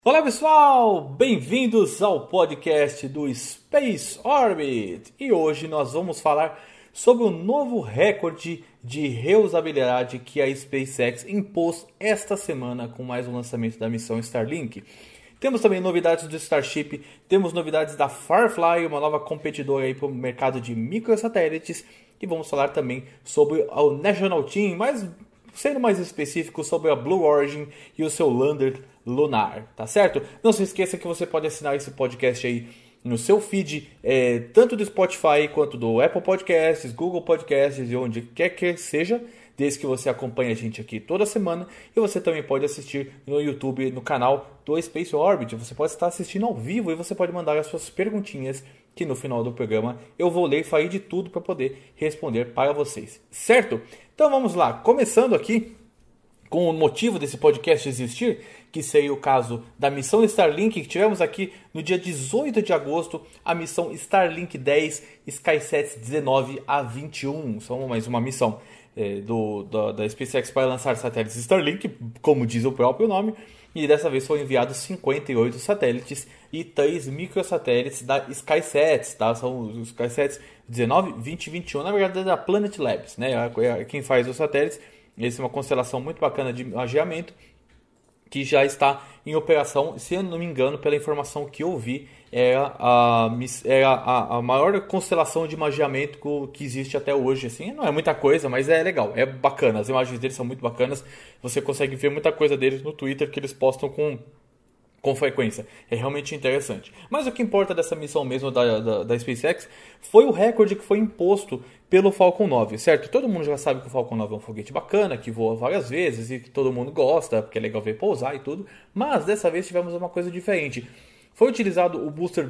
Olá pessoal, bem-vindos ao podcast do Space Orbit e hoje nós vamos falar sobre o novo recorde de reusabilidade que a SpaceX impôs esta semana com mais um lançamento da missão Starlink. Temos também novidades do Starship, temos novidades da Firefly, uma nova competidora aí para o mercado de microsatélites, e vamos falar também sobre o National Team, mas sendo mais específico sobre a Blue Origin e o seu lander lunar, tá certo? Não se esqueça que você pode assinar esse podcast aí no seu feed, tanto do Spotify quanto do Apple Podcasts, Google Podcasts e onde quer que seja, desde que você acompanhe a gente aqui toda semana. E você também pode assistir no YouTube, no canal do Space Orbit. Você pode estar assistindo ao vivo e você pode mandar as suas perguntinhas, que no final do programa eu vou ler e falar de tudo para poder responder para vocês, certo? Então vamos lá, começando aqui com o motivo desse podcast existir, que seria o caso da missão Starlink, que tivemos aqui no dia 18 de agosto, a missão Starlink 10 SkySat 19 a 21. São mais uma missão da SpaceX para lançar satélites Starlink, como diz o próprio nome, e dessa vez foram enviados 58 satélites e 3 microsatélites da SkySat, tá? São os SkySats 19, 20 e 21, na verdade é da Planet Labs, né? Quem faz os satélites. Essa é uma constelação muito bacana de magiamento que já está em operação. Se eu não me engano, pela informação que eu vi, era a maior constelação de magiamento que existe até hoje. Assim, não é muita coisa, mas é legal, é bacana. As imagens deles são muito bacanas. Você consegue ver muita coisa deles no Twitter que eles postam com frequência. É realmente interessante. Mas o que importa dessa missão mesmo da SpaceX foi o recorde que foi imposto pelo Falcon 9, certo? Todo mundo já sabe que o Falcon 9 é um foguete bacana, que voa várias vezes e que todo mundo gosta, porque é legal ver pousar e tudo. Mas dessa vez tivemos uma coisa diferente. Foi utilizado o booster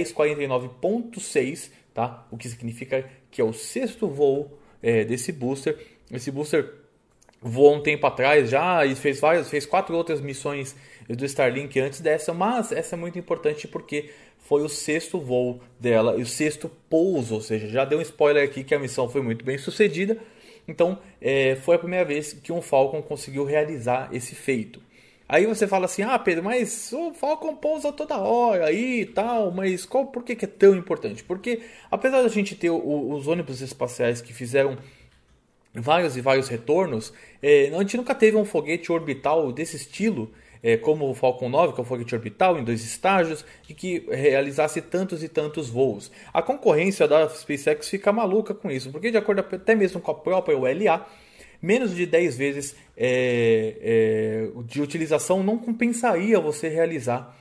B1049.6, tá? O que significa que é o sexto voo desse booster. Esse booster voou um tempo atrás já e fez 4 outras missões do Starlink antes dessa, mas essa é muito importante porque foi o sexto voo dela e o sexto pouso, ou seja, já deu um spoiler aqui que a missão foi muito bem sucedida. Então foi a primeira vez que um Falcon conseguiu realizar esse feito. Aí você fala assim, Pedro, mas o Falcon pousa toda hora aí e tal, mas por que é tão importante? Porque apesar da gente ter os ônibus espaciais que fizeram vários e vários retornos, a gente nunca teve um foguete orbital desse estilo, como o Falcon 9, que é um foguete orbital em 2 estágios e que realizasse tantos e tantos voos. A concorrência da SpaceX fica maluca com isso, porque de acordo até mesmo com a própria ULA, menos de 10 vezes de utilização não compensaria você realizar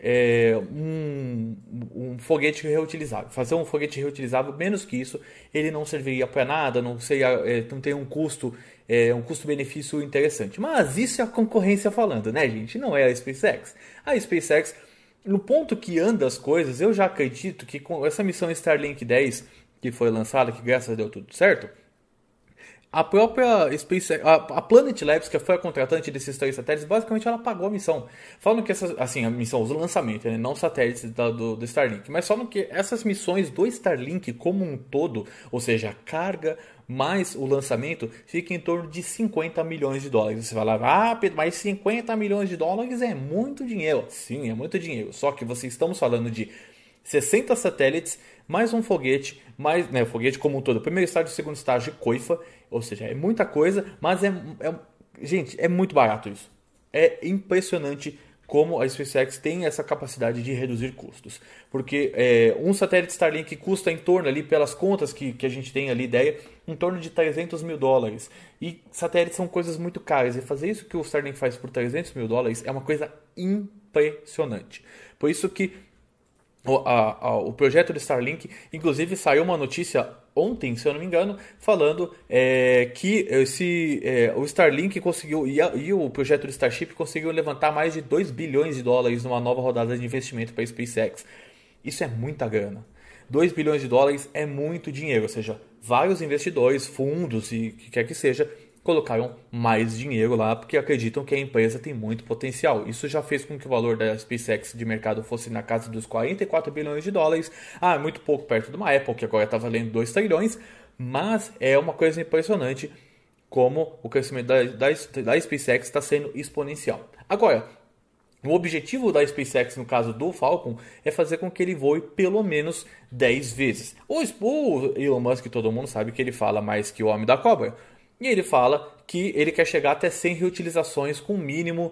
um foguete reutilizável. Fazer um foguete reutilizável, menos que isso, ele não serviria para nada, não tem um custo-benefício interessante. Mas isso é a concorrência falando, né, gente? Não é a SpaceX. A SpaceX, no ponto que anda as coisas, eu já acredito que com essa missão Starlink 10 que foi lançada, que graças a Deus deu tudo certo, a própria a Planet Labs, que foi a contratante desses 3 satélites, basicamente ela pagou a missão. Falam que a missão, o lançamento, né, não satélites do Starlink, mas falam que essas missões do Starlink como um todo, ou seja, a carga mais o lançamento, fica em torno de 50 milhões de dólares. Você vai lá, Pedro, mas 50 milhões de dólares é muito dinheiro. Sim, é muito dinheiro. Só que estamos falando de 60 satélites, mais um foguete, o foguete como um todo, primeiro estágio, segundo estágio e coifa, ou seja, é muita coisa, mas gente, é muito barato isso. É impressionante como a SpaceX tem essa capacidade de reduzir custos, porque um satélite Starlink custa em torno ali, pelas contas que a gente tem ali, ideia, em torno de 300 mil dólares, e satélites são coisas muito caras, e fazer isso que o Starlink faz por 300 mil dólares é uma coisa impressionante. Por isso que o projeto do Starlink, inclusive saiu uma notícia ontem, se eu não me engano, falando que o Starlink conseguiu e o projeto do Starship conseguiu levantar mais de 2 bilhões de dólares numa nova rodada de investimento para a SpaceX. Isso é muita grana. 2 bilhões de dólares é muito dinheiro, ou seja, vários investidores, fundos e o que quer que seja, colocaram mais dinheiro lá porque acreditam que a empresa tem muito potencial. Isso já fez com que o valor da SpaceX de mercado fosse na casa dos 44 bilhões de dólares. Muito pouco perto de uma Apple, que agora está valendo 2 trilhões, mas é uma coisa impressionante como o crescimento da SpaceX está sendo exponencial. Agora, O objetivo da SpaceX, no caso do Falcon, é fazer com que ele voe pelo menos 10 vezes. O Elon Musk, todo mundo sabe que ele fala mais que o Homem da Cobra. E ele fala que ele quer chegar até 100 reutilizações com um mínimo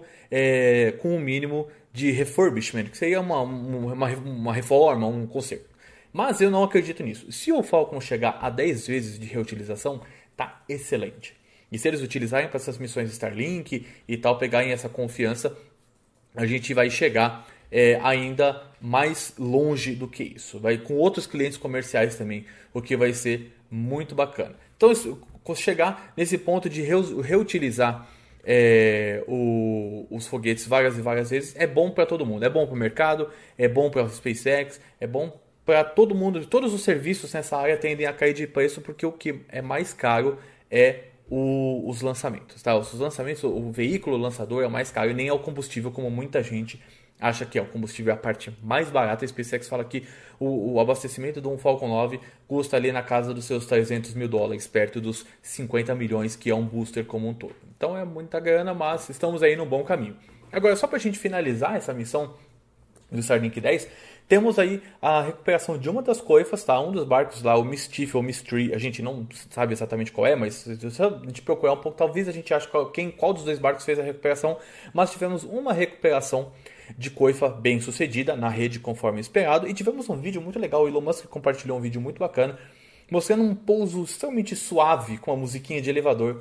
de refurbishment, que seria uma reforma, um conserto. Mas eu não acredito nisso. Se o Falcon chegar a 10 vezes de reutilização, tá excelente. E se eles utilizarem para essas missões Starlink e tal, pegarem essa confiança, a gente vai chegar ainda mais longe do que isso. Vai com outros clientes comerciais também, o que vai ser muito bacana. Então, chegar nesse ponto de reutilizar os foguetes várias e várias vezes é bom para todo mundo. É bom para o mercado, é bom para a SpaceX, é bom para todo mundo. Todos os serviços nessa área tendem a cair de preço porque o que é mais caro é os lançamentos. Tá? Os lançamentos, o veículo lançador é o mais caro e nem é o combustível, como muita gente acha que é. O combustível é a parte mais barata. A SpaceX fala que o abastecimento de um Falcon 9 custa ali na casa dos seus $300 mil, perto dos 50 milhões que é um booster como um todo. Então é muita grana, mas estamos aí no bom caminho. Agora, só para a gente finalizar essa missão do Starlink 10, temos aí a recuperação de uma das coifas, tá? Um dos barcos lá, o Mischief ou Mystery, a gente não sabe exatamente qual é, mas se a gente procurar um pouco, talvez a gente ache qual dos dois barcos fez a recuperação, mas tivemos uma recuperação de coifa bem sucedida na rede conforme esperado, e tivemos um vídeo muito legal, o Elon Musk compartilhou um vídeo muito bacana, mostrando um pouso extremamente suave com a musiquinha de elevador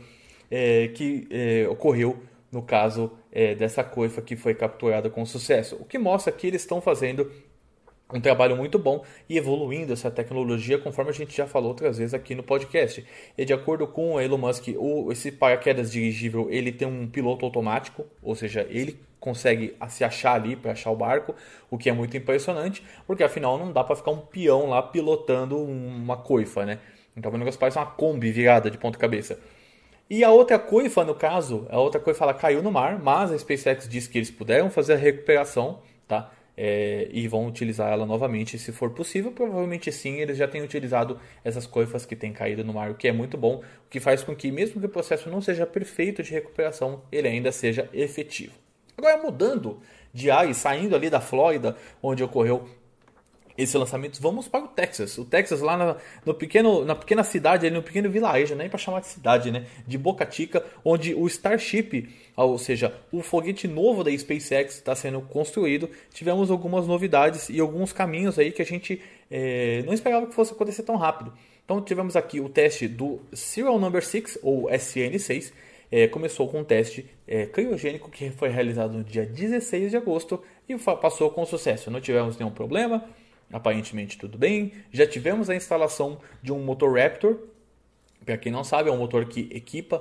que ocorreu no caso dessa coifa que foi capturada com sucesso, o que mostra que eles estão fazendo um trabalho muito bom e evoluindo essa tecnologia, conforme a gente já falou outras vezes aqui no podcast. E de acordo com o Elon Musk, esse paraquedas dirigível ele tem um piloto automático, ou seja, ele consegue se achar ali para achar o barco, o que é muito impressionante, porque afinal não dá para ficar um peão lá pilotando uma coifa, né? Então o negócio parece uma Kombi virada de ponta cabeça. E a outra coifa, no caso, ela caiu no mar, mas a SpaceX disse que eles puderam fazer a recuperação, tá? E vão utilizar ela novamente se for possível. Provavelmente sim, eles já têm utilizado essas coifas que têm caído no mar, o que é muito bom, o que faz com que mesmo que o processo não seja perfeito de recuperação, ele ainda seja efetivo. Agora mudando de área e saindo ali da Flórida, onde ocorreu esse lançamento, vamos para o Texas. O Texas lá na pequena cidade, ali no pequeno vilarejo, nem para chamar de cidade, né? De Boca Chica, onde o Starship, ou seja, o foguete novo da SpaceX está sendo construído. Tivemos algumas novidades e alguns caminhos aí que a gente não esperava que fosse acontecer tão rápido. Então tivemos aqui o teste do Serial Number 6, ou SN6. Começou com um teste criogênico que foi realizado no dia 16 de agosto e passou com sucesso. Não tivemos nenhum problema. Aparentemente tudo bem. Já tivemos a instalação de um motor Raptor. Para quem não sabe, é um motor que equipa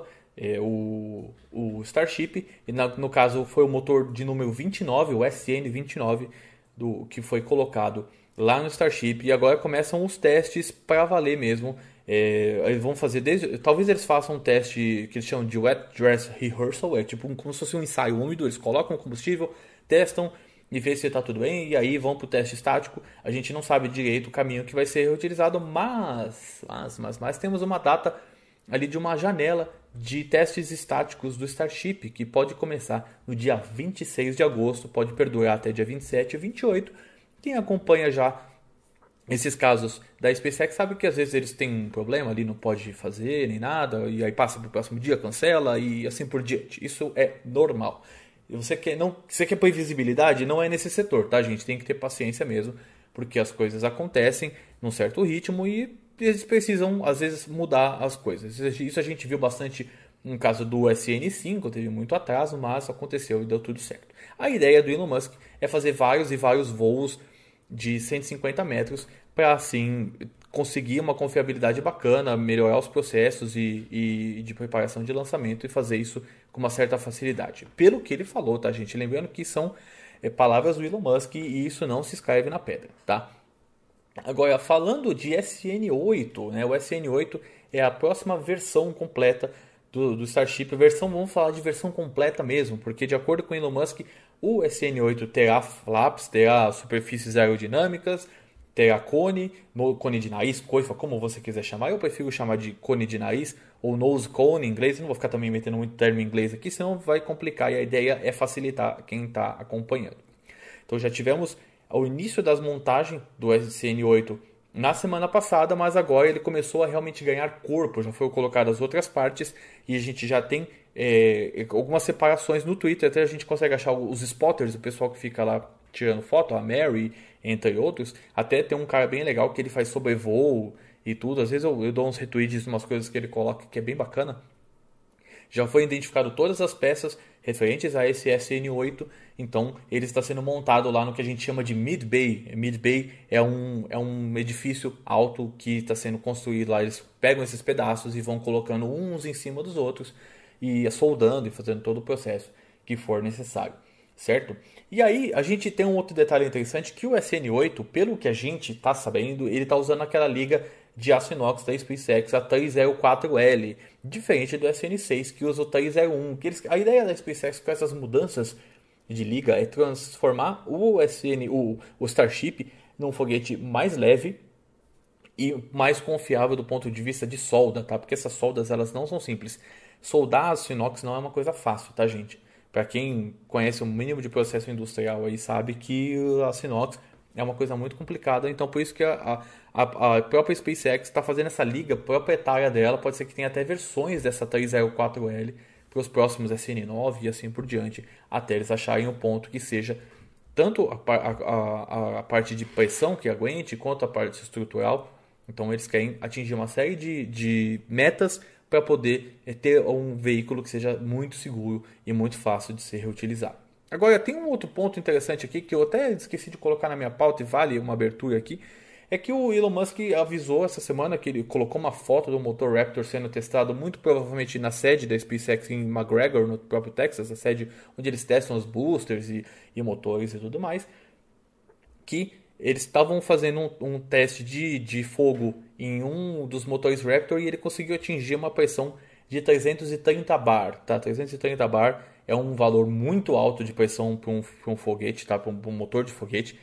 o Starship. E no caso foi o motor de número 29, o SN29, que foi colocado lá no Starship. E agora começam os testes para valer mesmo. Eles vão fazer talvez eles façam um teste que eles chamam de Wet Dress Rehearsal. É tipo como se fosse um ensaio úmido. Eles colocam o combustível, testam e ver se está tudo bem, e aí vão para o teste estático. A gente não sabe direito o caminho que vai ser reutilizado, mas temos uma data ali de uma janela de testes estáticos do Starship, que pode começar no dia 26 de agosto, pode perdurar até dia 27 e 28. Quem acompanha já esses casos da SpaceX sabe que às vezes eles têm um problema ali, não pode fazer nem nada, e aí passa para o próximo dia, cancela e assim por diante. Isso é normal. Você quer pôr visibilidade? Não é nesse setor, tá, gente? Tem que ter paciência mesmo, porque as coisas acontecem num certo ritmo e eles precisam, às vezes, mudar as coisas. Isso a gente viu bastante no caso do SN5, teve muito atraso, mas aconteceu e deu tudo certo. A ideia do Elon Musk é fazer vários e vários voos de 150 metros para, assim, conseguir uma confiabilidade bacana, melhorar os processos e de preparação de lançamento e fazer isso com uma certa facilidade. Pelo que ele falou, tá, gente? Lembrando que são palavras do Elon Musk e isso não se escreve na pedra, tá? Agora, falando de SN8, né? O SN8 é a próxima versão completa do Starship. Vamos falar de versão completa mesmo, porque de acordo com o Elon Musk, o SN8 terá flaps, terá superfícies aerodinâmicas, ter a cone, cone de nariz, coifa, como você quiser chamar. Eu prefiro chamar de cone de nariz ou nose cone em inglês. Eu não vou ficar também metendo muito termo em inglês aqui, senão vai complicar. E a ideia é facilitar quem está acompanhando. Então já tivemos o início das montagens do SN8 na semana passada, mas agora ele começou a realmente ganhar corpo. Já foram colocadas as outras partes e a gente já tem algumas separações no Twitter. Até a gente consegue achar os spotters, o pessoal que fica lá tirando foto, a Mary, entre outros. Até tem um cara bem legal que ele faz sobrevoo e tudo. Às vezes eu dou uns retweets de umas coisas que ele coloca que é bem bacana. Já foi identificado todas as peças referentes a esse SN8, então ele está sendo montado lá no que a gente chama de Mid-Bay. Mid-Bay é um edifício alto que está sendo construído lá. Eles pegam esses pedaços e vão colocando uns em cima dos outros e soldando e fazendo todo o processo que for necessário, certo? E aí a gente tem um outro detalhe interessante, que o SN8, pelo que a gente está sabendo, ele está usando aquela liga de aço inox da SpaceX, a 304L, diferente do SN6 que usa o 301. A ideia da SpaceX com essas mudanças de liga é transformar o Starship num foguete mais leve e mais confiável do ponto de vista de solda, tá? Porque essas soldas elas não são simples. Soldar aço inox não é uma coisa fácil, tá, gente? Para quem conhece o mínimo de processo industrial aí sabe que o aço inox é uma coisa muito complicada, então por isso que a própria SpaceX está fazendo essa liga proprietária dela. Pode ser que tenha até versões dessa 304L para os próximos SN9 e assim por diante, até eles acharem um ponto que seja tanto a parte de pressão que aguente, quanto a parte estrutural. Então eles querem atingir uma série de metas para poder ter um veículo que seja muito seguro e muito fácil de ser reutilizado. Agora, tem um outro ponto interessante aqui que eu até esqueci de colocar na minha pauta e vale uma abertura aqui. É que o Elon Musk avisou essa semana que ele colocou uma foto do motor Raptor sendo testado muito provavelmente na sede da SpaceX em McGregor, no próprio Texas, a sede onde eles testam os boosters e motores e tudo mais. Que eles estavam fazendo um teste de fogo em um dos motores Raptor e ele conseguiu atingir uma pressão de 330 bar, tá? 330 bar é um valor muito alto de pressão para um foguete, tá? Para um motor de foguete.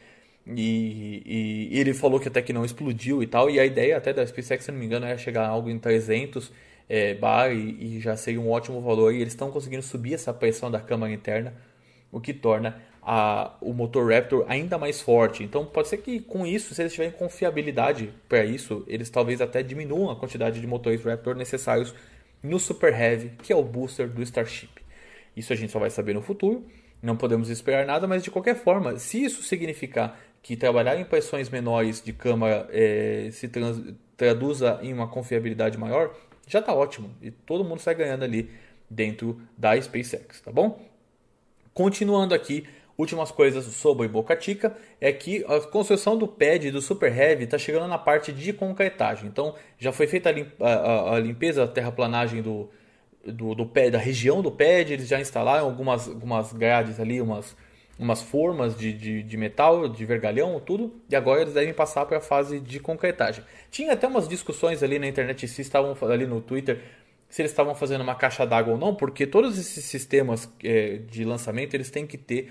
E ele falou que até que não explodiu e tal. E a ideia até da SpaceX, se não me engano, é chegar a algo em 300 bar e já seria um ótimo valor. E eles estão conseguindo subir essa pressão da câmara interna, o que torna o motor Raptor ainda mais forte. Então pode ser que com isso, se eles tiverem confiabilidade para isso, eles talvez até diminuam a quantidade de motores Raptor necessários no Super Heavy, que é o booster do Starship. Isso a gente só vai saber no futuro, não podemos esperar nada, mas de qualquer forma, se isso significar que trabalhar em pressões menores de câmara se traduza em uma confiabilidade maior, já está ótimo. E todo mundo sai ganhando ali dentro da SpaceX, tá bom? Continuando aqui, últimas coisas sobre Boca Chica é que a construção do pad do Super Heavy está chegando na parte de concretagem. Então já foi feita a limpeza, a terraplanagem do pad, da região do pad. Eles já instalaram algumas grades ali, umas formas de metal, de vergalhão, tudo. E agora eles devem passar para a fase de concretagem. Tinha até umas discussões ali na internet, se estavam ali no Twitter, se eles estavam fazendo uma caixa d'água ou não, porque todos esses sistemas de lançamento, eles têm que ter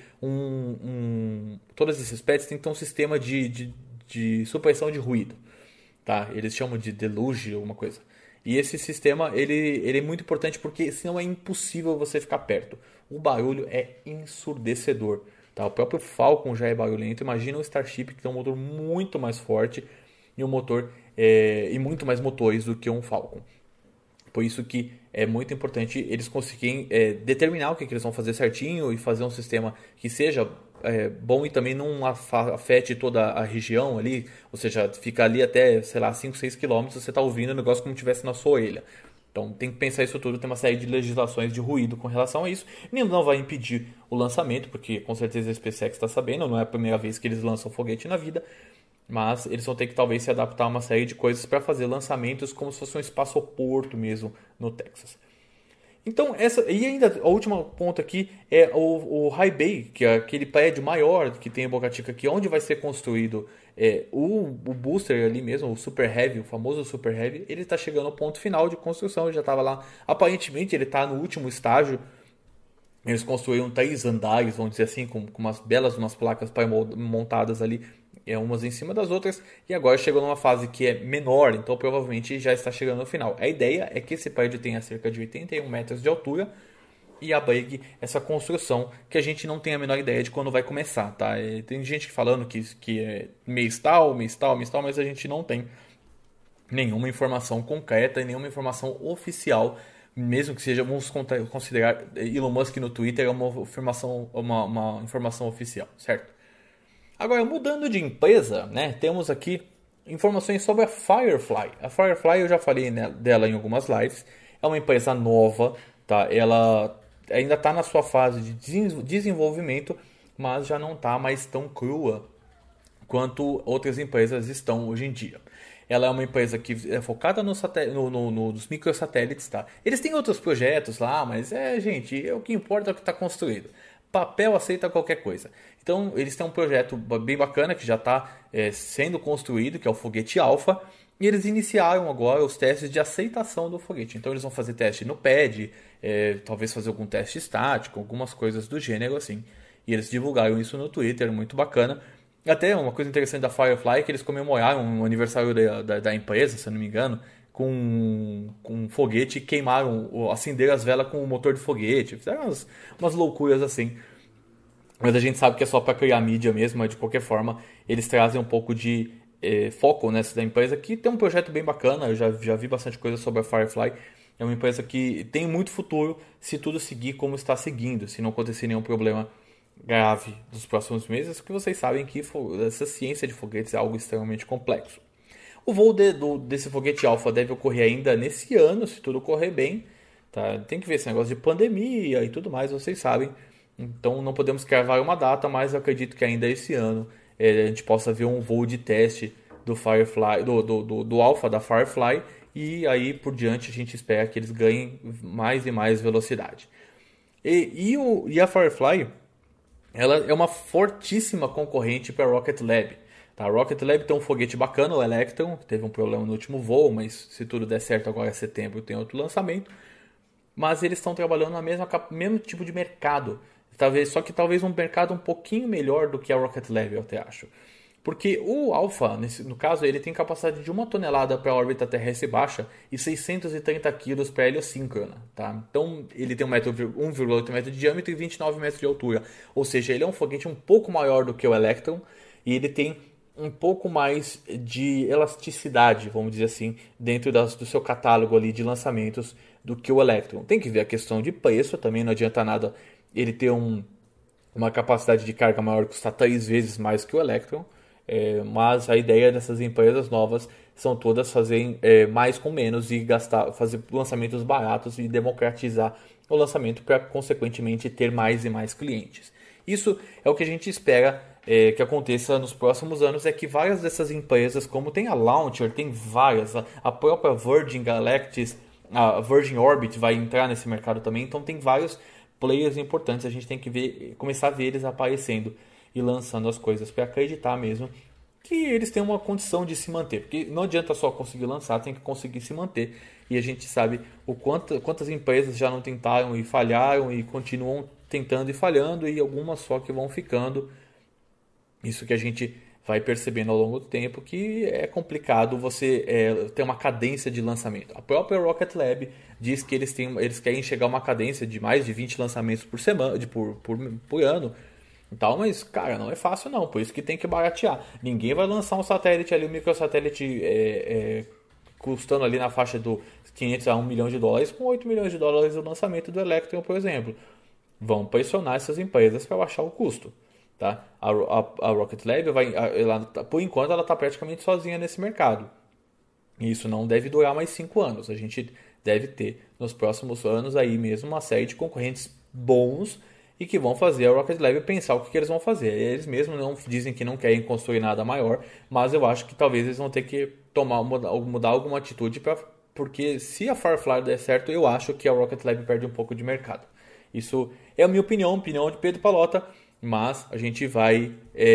todos esses pads têm que ter um sistema de supressão de ruído, tá? Eles chamam de deluge, alguma coisa. E esse sistema, ele é muito importante porque senão é impossível você ficar perto. O barulho é ensurdecedor, tá? O próprio Falcon já é barulhento. Imagina um Starship que tem um motor muito mais forte e e muito mais motores do que um Falcon. Por isso que é muito importante eles conseguirem determinar o que eles vão fazer certinho e fazer um sistema que seja bom e também não afete toda a região ali. Ou seja, fica ali até, sei lá, 5, 6 km, você está ouvindo o negócio como se estivesse na sua orelha. Então tem que pensar isso tudo, tem uma série de legislações de ruído com relação a isso. Não vai impedir o lançamento, porque com certeza a SpaceX está sabendo, não é a primeira vez que eles lançam foguete na vida. Mas eles vão ter que talvez se adaptar a uma série de coisas para fazer lançamentos como se fosse um espaçoporto mesmo no Texas. Então, e ainda a última ponto aqui é o High Bay, que é aquele prédio maior que tem em Boca Chica aqui, onde vai ser construído o booster ali mesmo, o Super Heavy, o famoso Super Heavy. Ele está chegando ao ponto final de construção, ele já estava lá. Aparentemente ele está no último estágio. Eles construíram 3 andares, vamos dizer assim, com umas placas montadas ali umas em cima das outras, e agora chegou numa fase que é menor, então provavelmente já está chegando no final. A ideia é que esse prédio tenha cerca de 81 metros de altura e abrigue essa construção que a gente não tem a menor ideia de quando vai começar, tá? Tem gente falando que é mês tal, mas a gente não tem nenhuma informação concreta e nenhuma informação oficial, mesmo que seja, vamos considerar Elon Musk no Twitter uma informação oficial, certo? Agora, mudando de empresa, né, temos aqui informações sobre a Firefly. A Firefly, eu já falei dela em algumas lives, é uma empresa nova, tá? Ela ainda está na sua fase de desenvolvimento, mas já não está mais tão crua quanto outras empresas estão hoje em dia. Ela é uma empresa que é focada nos microsatélites, tá? Eles têm outros projetos lá, mas gente, o que importa é o que está construído. Papel aceita qualquer coisa. Então, eles têm um projeto bem bacana que já está sendo construído, que é o foguete Alpha, e eles iniciaram agora os testes de aceitação do foguete. Então, eles vão fazer teste no pad, talvez fazer algum teste estático, algumas coisas do gênero assim. E eles divulgaram isso no Twitter, muito bacana. Até uma coisa interessante da Firefly é que eles comemoraram o aniversário da empresa, se eu não me engano, com um foguete, queimaram, acenderam as velas com o motor de foguete, fizeram umas loucuras assim. Mas a gente sabe que é só para criar mídia mesmo, mas de qualquer forma eles trazem um pouco de foco nessa da empresa, que tem um projeto bem bacana. Eu já vi bastante coisa sobre a Firefly. É uma empresa que tem muito futuro se tudo seguir como está seguindo, se não acontecer nenhum problema grave nos próximos meses, porque vocês sabem que essa ciência de foguetes é algo extremamente complexo. O voo desse foguete Alpha deve ocorrer ainda nesse ano, se tudo correr bem. Tá? Tem que ver esse negócio de pandemia e tudo mais, vocês sabem. Então não podemos cravar uma data, mas eu acredito que ainda esse ano a gente possa ver um voo de teste do Firefly, do Alpha da Firefly, e aí por diante a gente espera que eles ganhem mais e mais velocidade. E a Firefly, ela é uma fortíssima concorrente para a Rocket Lab. Tá? A Rocket Lab tem um foguete bacana, o Electron, que teve um problema no último voo, mas se tudo der certo agora em setembro tem outro lançamento. Mas eles estão trabalhando no mesmo tipo de mercado. Só que talvez um mercado um pouquinho melhor do que a Rocket Lab, eu até acho. Porque o Alpha, no caso, ele tem capacidade de 1 tonelada para a órbita terrestre baixa e 630 kg para heliosíncrona. Tá? Então ele tem 1,8 metro de diâmetro e 29 metros de altura. Ou seja, ele é um foguete um pouco maior do que o Electron e ele tem um pouco mais de elasticidade, vamos dizer assim, dentro do seu catálogo ali de lançamentos do que o Electron. Tem que ver a questão de preço, também não adianta nada ele ter uma capacidade de carga maior, custar 3 vezes mais que o Electron. Mas a ideia dessas empresas novas são todas fazerem mais com menos e fazer lançamentos baratos e democratizar o lançamento para, consequentemente, ter mais e mais clientes. Isso é o que a gente espera que aconteça nos próximos anos, é que várias dessas empresas, como tem a Launcher, tem várias, a própria Virgin Galactic, a Virgin Orbit vai entrar nesse mercado também, então tem vários players importantes, a gente tem que começar a ver eles aparecendo e lançando as coisas para acreditar mesmo que eles têm uma condição de se manter, porque não adianta só conseguir lançar, tem que conseguir se manter, e a gente sabe quantas empresas já não tentaram e falharam e continuam tentando e falhando, e algumas só que vão ficando. Isso que a gente vai percebendo ao longo do tempo, que é complicado você ter uma cadência de lançamento. A própria Rocket Lab diz que eles querem chegar a uma cadência de mais de 20 lançamentos por semana, por ano. Então, mas, cara, não é fácil não, por isso que tem que baratear. Ninguém vai lançar um satélite ali, um microsatélite custando ali na faixa do 500 a 1 milhão de dólares, com 8 milhões de dólares o lançamento do Electron, por exemplo. Vão pressionar essas empresas para baixar o custo. Tá? A Rocket Lab, por enquanto, ela está praticamente sozinha nesse mercado. E isso não deve durar mais 5 anos. A gente deve ter, nos próximos anos, aí mesmo uma série de concorrentes bons e que vão fazer a Rocket Lab pensar o que eles vão fazer. Eles mesmos não dizem que não querem construir nada maior, mas eu acho que talvez eles vão ter que mudar alguma atitude, porque se a Firefly der certo, eu acho que a Rocket Lab perde um pouco de mercado. Isso é a minha opinião de Pedro Palota, mas a gente vai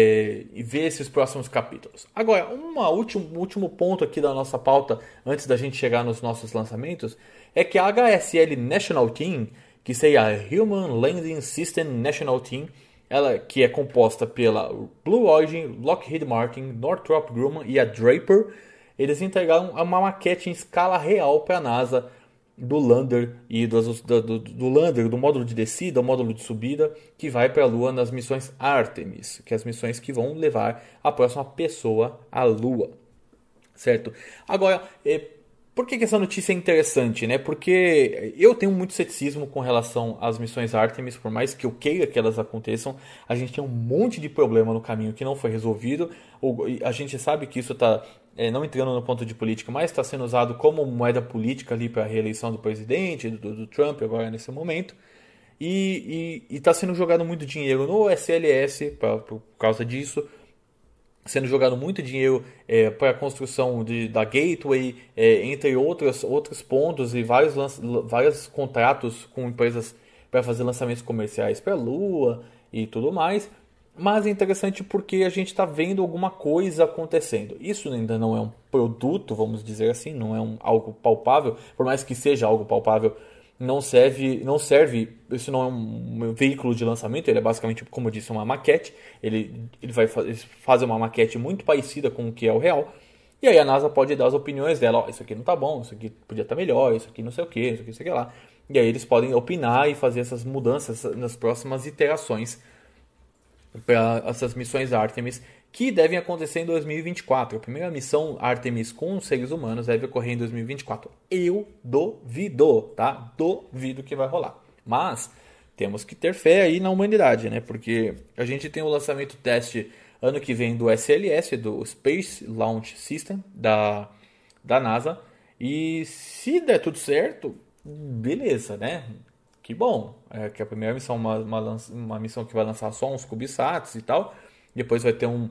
ver esses próximos capítulos. Agora, um último ponto aqui da nossa pauta, antes da gente chegar nos nossos lançamentos, é que a HSL National Team, que seria a Human Landing System National Team, ela que é composta pela Blue Origin, Lockheed Martin, Northrop Grumman e a Draper, eles entregaram uma maquete em escala real para a NASA do lander e do lander, do módulo de descida, do módulo de subida, que vai para a Lua nas missões Artemis, que é as missões que vão levar a próxima pessoa à Lua, certo? Agora, por que essa notícia é interessante, né? Porque eu tenho muito ceticismo com relação às missões Artemis, por mais que eu queira que elas aconteçam, a gente tem um monte de problema no caminho que não foi resolvido. A gente sabe que isso está não entrando no ponto de política, mas está sendo usado como moeda política ali para a reeleição do presidente, do Trump agora nesse momento. E está sendo jogado muito dinheiro no SLS por causa disso. Sendo jogado muito dinheiro para a construção da Gateway, entre outros pontos e vários contratos com empresas para fazer lançamentos comerciais para a Lua e tudo mais. Mas é interessante porque a gente está vendo alguma coisa acontecendo. Isso ainda não é um produto, vamos dizer assim, não é algo palpável, por mais que seja algo palpável. Não serve, isso não é um veículo de lançamento, ele é basicamente, como eu disse, uma maquete. Ele vai fazer uma maquete muito parecida com o que é o real. E aí a NASA pode dar as opiniões dela, isso aqui não tá bom, isso aqui podia estar melhor, isso aqui não sei o que, isso aqui não sei o que lá. E aí eles podem opinar e fazer essas mudanças nas próximas iterações para essas missões Artemis, que devem acontecer em 2024. A primeira missão Artemis com seres humanos deve ocorrer em 2024. Eu duvido, tá? Duvido que vai rolar. Mas temos que ter fé aí na humanidade, né? Porque a gente tem o lançamento teste ano que vem do SLS, do Space Launch System, da NASA. E se der tudo certo, beleza, né? Que bom. Que a primeira missão é uma missão que vai lançar só uns CubeSats e tal. Depois vai ter um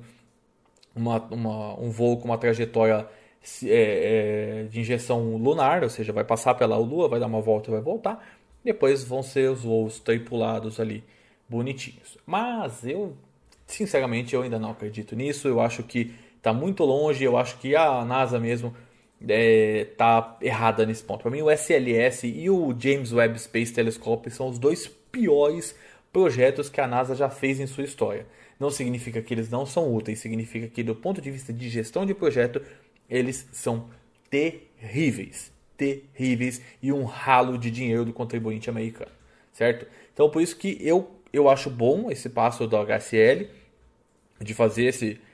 voo com uma trajetória de injeção lunar, ou seja, vai passar pela Lua, vai dar uma volta e vai voltar. Depois vão ser os voos tripulados ali, bonitinhos. Mas sinceramente, eu ainda não acredito nisso. Eu acho que está muito longe. Eu acho que a NASA mesmo está errada nesse ponto. Para mim, o SLS e o James Webb Space Telescope são os dois piores projetos que a NASA já fez em sua história. Não significa que eles não são úteis, significa que do ponto de vista de gestão de projeto, eles são terríveis e um ralo de dinheiro do contribuinte americano, certo? Então por isso que eu acho bom esse passo do HCL de fazer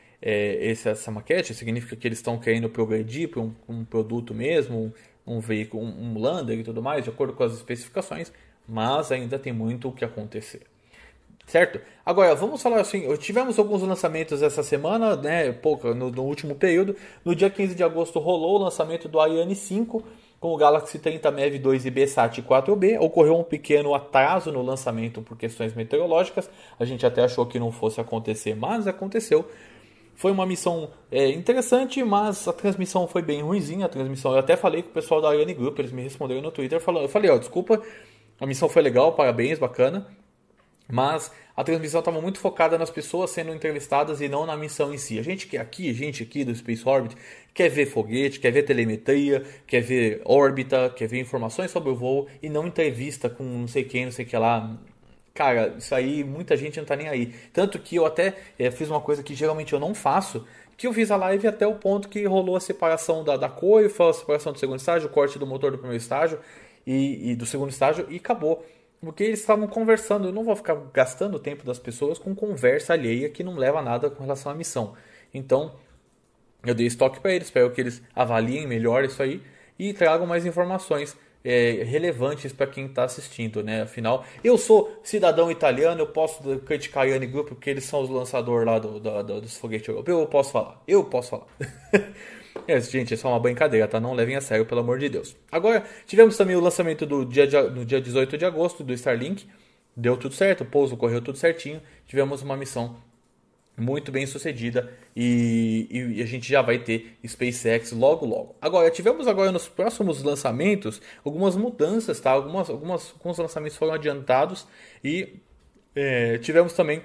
essa maquete. Significa que eles estão querendo progredir para um produto mesmo, um veículo, um lander e tudo mais, de acordo com as especificações, mas ainda tem muito o que acontecer. Certo? Agora, vamos falar assim, tivemos alguns lançamentos essa semana, né, no último período. No dia 15 de agosto rolou o lançamento do Ariane 5 com o Galaxy 30 Mav 2 e BSat 4B. Ocorreu um pequeno atraso no lançamento por questões meteorológicas. A gente até achou que não fosse acontecer, mas aconteceu. Foi uma missão interessante, mas a transmissão foi bem ruinzinha. Eu até falei com o pessoal da Ariane Group, eles me responderam no Twitter. Eu falei, desculpa, a missão foi legal, parabéns, bacana. Mas a transmissão estava muito focada nas pessoas sendo entrevistadas e não na missão em si. A gente aqui do Space Orbit quer ver foguete, quer ver telemetria, quer ver órbita, quer ver informações sobre o voo e não entrevista com não sei quem, não sei o que lá. Cara, isso aí muita gente não tá nem aí. Tanto que eu até fiz uma coisa que geralmente eu não faço, que eu fiz a live até o ponto que rolou a separação da coifa, a separação do segundo estágio, o corte do motor do primeiro estágio e do segundo estágio e acabou. Porque eles estavam conversando. Eu não vou ficar gastando o tempo das pessoas com conversa alheia que não leva a nada com relação à missão. Então, eu dei estoque para eles, espero que eles avaliem melhor isso aí e tragam mais informações relevantes para quem está assistindo, né? Afinal, eu sou cidadão italiano, eu posso criticar a Ariane Group porque eles são os lançadores lá dos foguetes europeus. Eu posso falar. Gente, é só uma brincadeira, tá? Não levem a sério, pelo amor de Deus. Agora, tivemos também o lançamento no dia 18 de agosto do Starlink. Deu tudo certo, o pouso correu tudo certinho. Tivemos uma missão muito bem sucedida e a gente já vai ter SpaceX logo. Agora, tivemos nos próximos lançamentos algumas mudanças, tá? Alguns lançamentos foram adiantados e tivemos também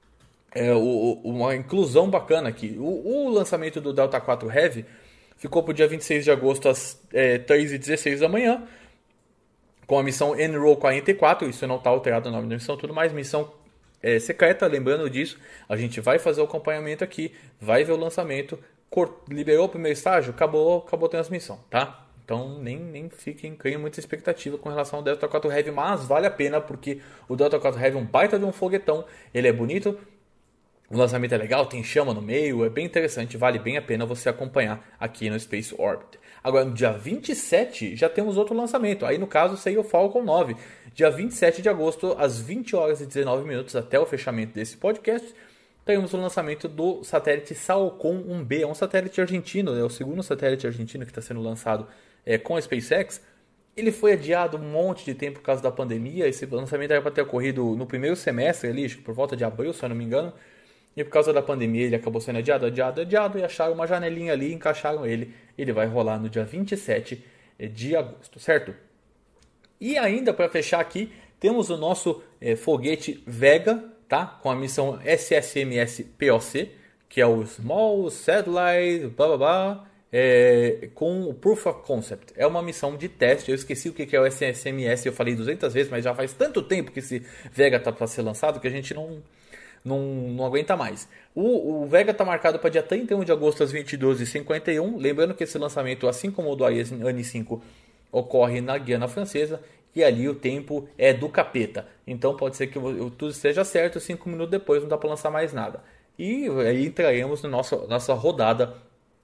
uma inclusão bacana aqui. O lançamento do Delta 4 Heavy ficou para o dia 26 de agosto às 3h16 da manhã, com a missão NROW 44. Isso não está alterado o nome da missão, tudo mais. Missão secreta, lembrando disso, a gente vai fazer o acompanhamento aqui, vai ver o lançamento, liberou o primeiro estágio, acabou a transmissão, tá? Então nem criem muita expectativa com relação ao Delta 4 Heavy, mas vale a pena porque o Delta 4 Heavy é um baita de um foguetão, ele é bonito, o lançamento é legal, tem chama no meio, é bem interessante, vale bem a pena você acompanhar aqui no Space Orbit. Agora, no dia 27, já temos outro lançamento. Aí, no caso, seria o Falcon 9. Dia 27 de agosto, às 20 horas e 19 minutos, até o fechamento desse podcast, teremos o lançamento do satélite Salcom 1B. É um satélite argentino, é o segundo satélite argentino que está sendo lançado com a SpaceX. Ele foi adiado um monte de tempo por causa da pandemia. Esse lançamento era para ter ocorrido no primeiro semestre, ali, acho que por volta de abril, se eu não me engano. E por causa da pandemia ele acabou sendo adiado, e acharam uma janelinha ali, encaixaram ele. Ele vai rolar no dia 27 de agosto, certo? E ainda para fechar aqui, temos o nosso foguete Vega, tá? Com a missão SSMS-POC, que é o Small Satellite, blá blá blá, com o Proof of Concept. É uma missão de teste, eu esqueci o que é o SSMS, eu falei 200 vezes, mas já faz tanto tempo que esse Vega está para ser lançado que a gente não aguenta mais. O Vega está marcado para dia 31 de agosto às 22h51. Lembrando que esse lançamento, assim como o do Ariane 5, ocorre na Guiana Francesa. E ali o tempo é do capeta. Então pode ser que tudo esteja certo. 5 minutos depois não dá para lançar mais nada. E aí entraremos na nossa rodada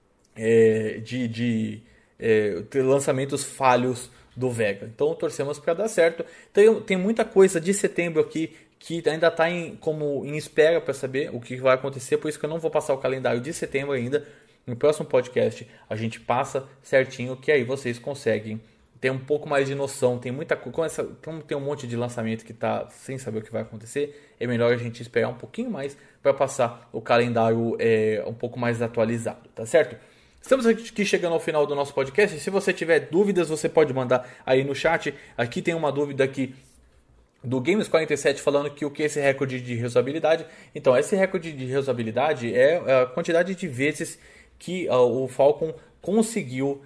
de lançamentos falhos do Vega. Então torcemos para dar certo. Tem muita coisa de setembro aqui que ainda está em espera para saber o que vai acontecer, por isso que eu não vou passar o calendário de setembro ainda. No próximo podcast a gente passa certinho, que aí vocês conseguem ter um pouco mais de noção. Tem muita coisa, como tem um monte de lançamento que está sem saber o que vai acontecer, é melhor a gente esperar um pouquinho mais para passar o calendário um pouco mais atualizado, tá certo? Estamos aqui chegando ao final do nosso podcast. Se você tiver dúvidas, você pode mandar aí no chat. Aqui tem uma dúvida aqui do Games47 falando que o que é esse recorde de reusabilidade. Então, esse recorde de reusabilidade é a quantidade de vezes que o Falcon conseguiu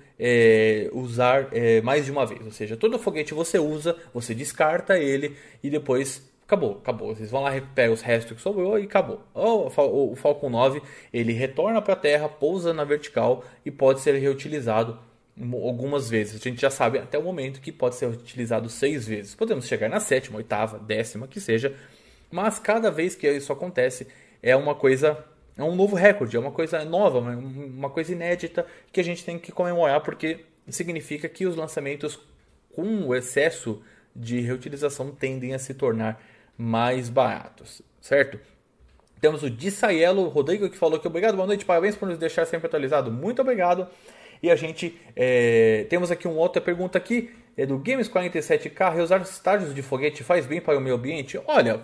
usar mais de uma vez. Ou seja, todo foguete você usa, você descarta ele e depois acabou. Vocês vão lá, recuperam os restos que sobrou e acabou. O Falcon 9 ele retorna para a Terra, pousa na vertical e pode ser reutilizado algumas vezes. A gente já sabe até o momento que pode ser utilizado 6 vezes. Podemos chegar na 7ª, 8ª, 10ª, que seja. Mas cada vez que isso acontece é uma coisa, é um novo recorde, é uma coisa nova, uma coisa inédita que a gente tem que comemorar, porque significa que os lançamentos com o excesso de reutilização tendem a se tornar mais baratos, certo? Temos o Dissaiello Rodrigo que falou que obrigado, boa noite, parabéns por nos deixar sempre atualizado. Muito obrigado. E a gente temos aqui uma outra pergunta aqui, do Games47K. Reusar estágios de foguete faz bem para o meio ambiente? Olha,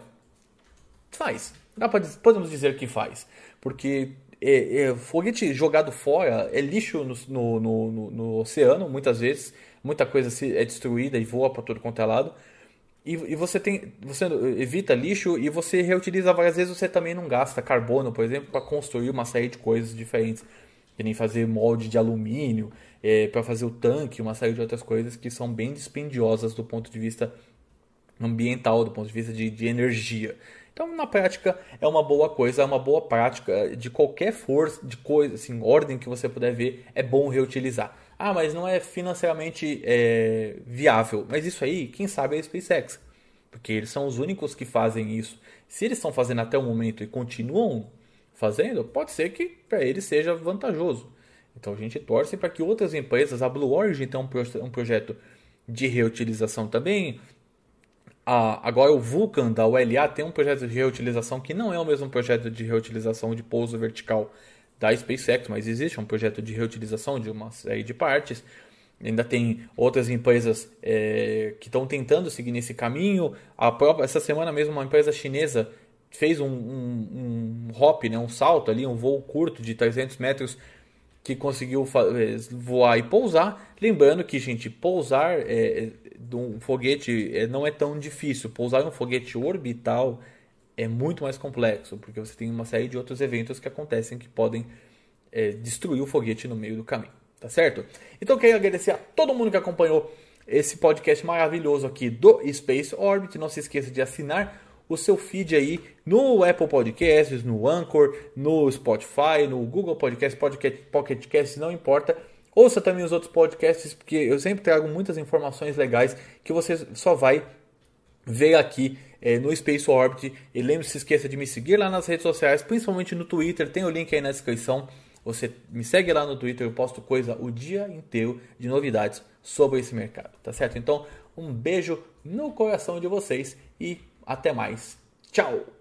faz. Podemos dizer que faz. Porque foguete jogado fora é lixo no oceano, muitas vezes. Muita coisa é destruída e voa para todo quanto é lado. E você evita lixo e você reutiliza várias vezes. Você também não gasta carbono, por exemplo, para construir uma série de coisas diferentes. Que nem fazer molde de alumínio, para fazer o tanque, uma série de outras coisas que são bem dispendiosas do ponto de vista ambiental, do ponto de vista de energia. Então, na prática, é uma boa coisa, é uma boa prática de qualquer força, de coisa, assim, ordem que você puder ver, é bom reutilizar. Ah, mas não é financeiramente viável. Mas isso aí, quem sabe é a SpaceX, porque eles são os únicos que fazem isso. Se eles estão fazendo até o momento e continuam fazendo, pode ser que para eles seja vantajoso. Então a gente torce para que outras empresas, a Blue Origin tem um projeto de reutilização também. Agora o Vulcan da ULA tem um projeto de reutilização que não é o mesmo projeto de reutilização de pouso vertical da SpaceX, mas existe um projeto de reutilização de uma série de partes. Ainda tem outras empresas que estão tentando seguir nesse caminho. Essa semana mesmo uma empresa chinesa fez um hop, né, um salto ali, um voo curto de 300 metros que conseguiu voar e pousar. Lembrando que, gente, pousar de um foguete não é tão difícil. Pousar em um foguete orbital é muito mais complexo, porque você tem uma série de outros eventos que acontecem que podem destruir o foguete no meio do caminho, tá certo? Então eu quero agradecer a todo mundo que acompanhou esse podcast maravilhoso aqui do Space Orbit. Não se esqueça de assinar o seu feed aí no Apple Podcasts, no Anchor, no Spotify, no Google Podcasts, Pocket Casts, não importa. Ouça também os outros podcasts, porque eu sempre trago muitas informações legais que você só vai ver aqui no Space Orbit. E lembre-se, se esqueça de me seguir lá nas redes sociais, principalmente no Twitter, tem o link aí na descrição. Você me segue lá no Twitter, eu posto coisa o dia inteiro de novidades sobre esse mercado, tá certo? Então, um beijo no coração de vocês e até mais. Tchau!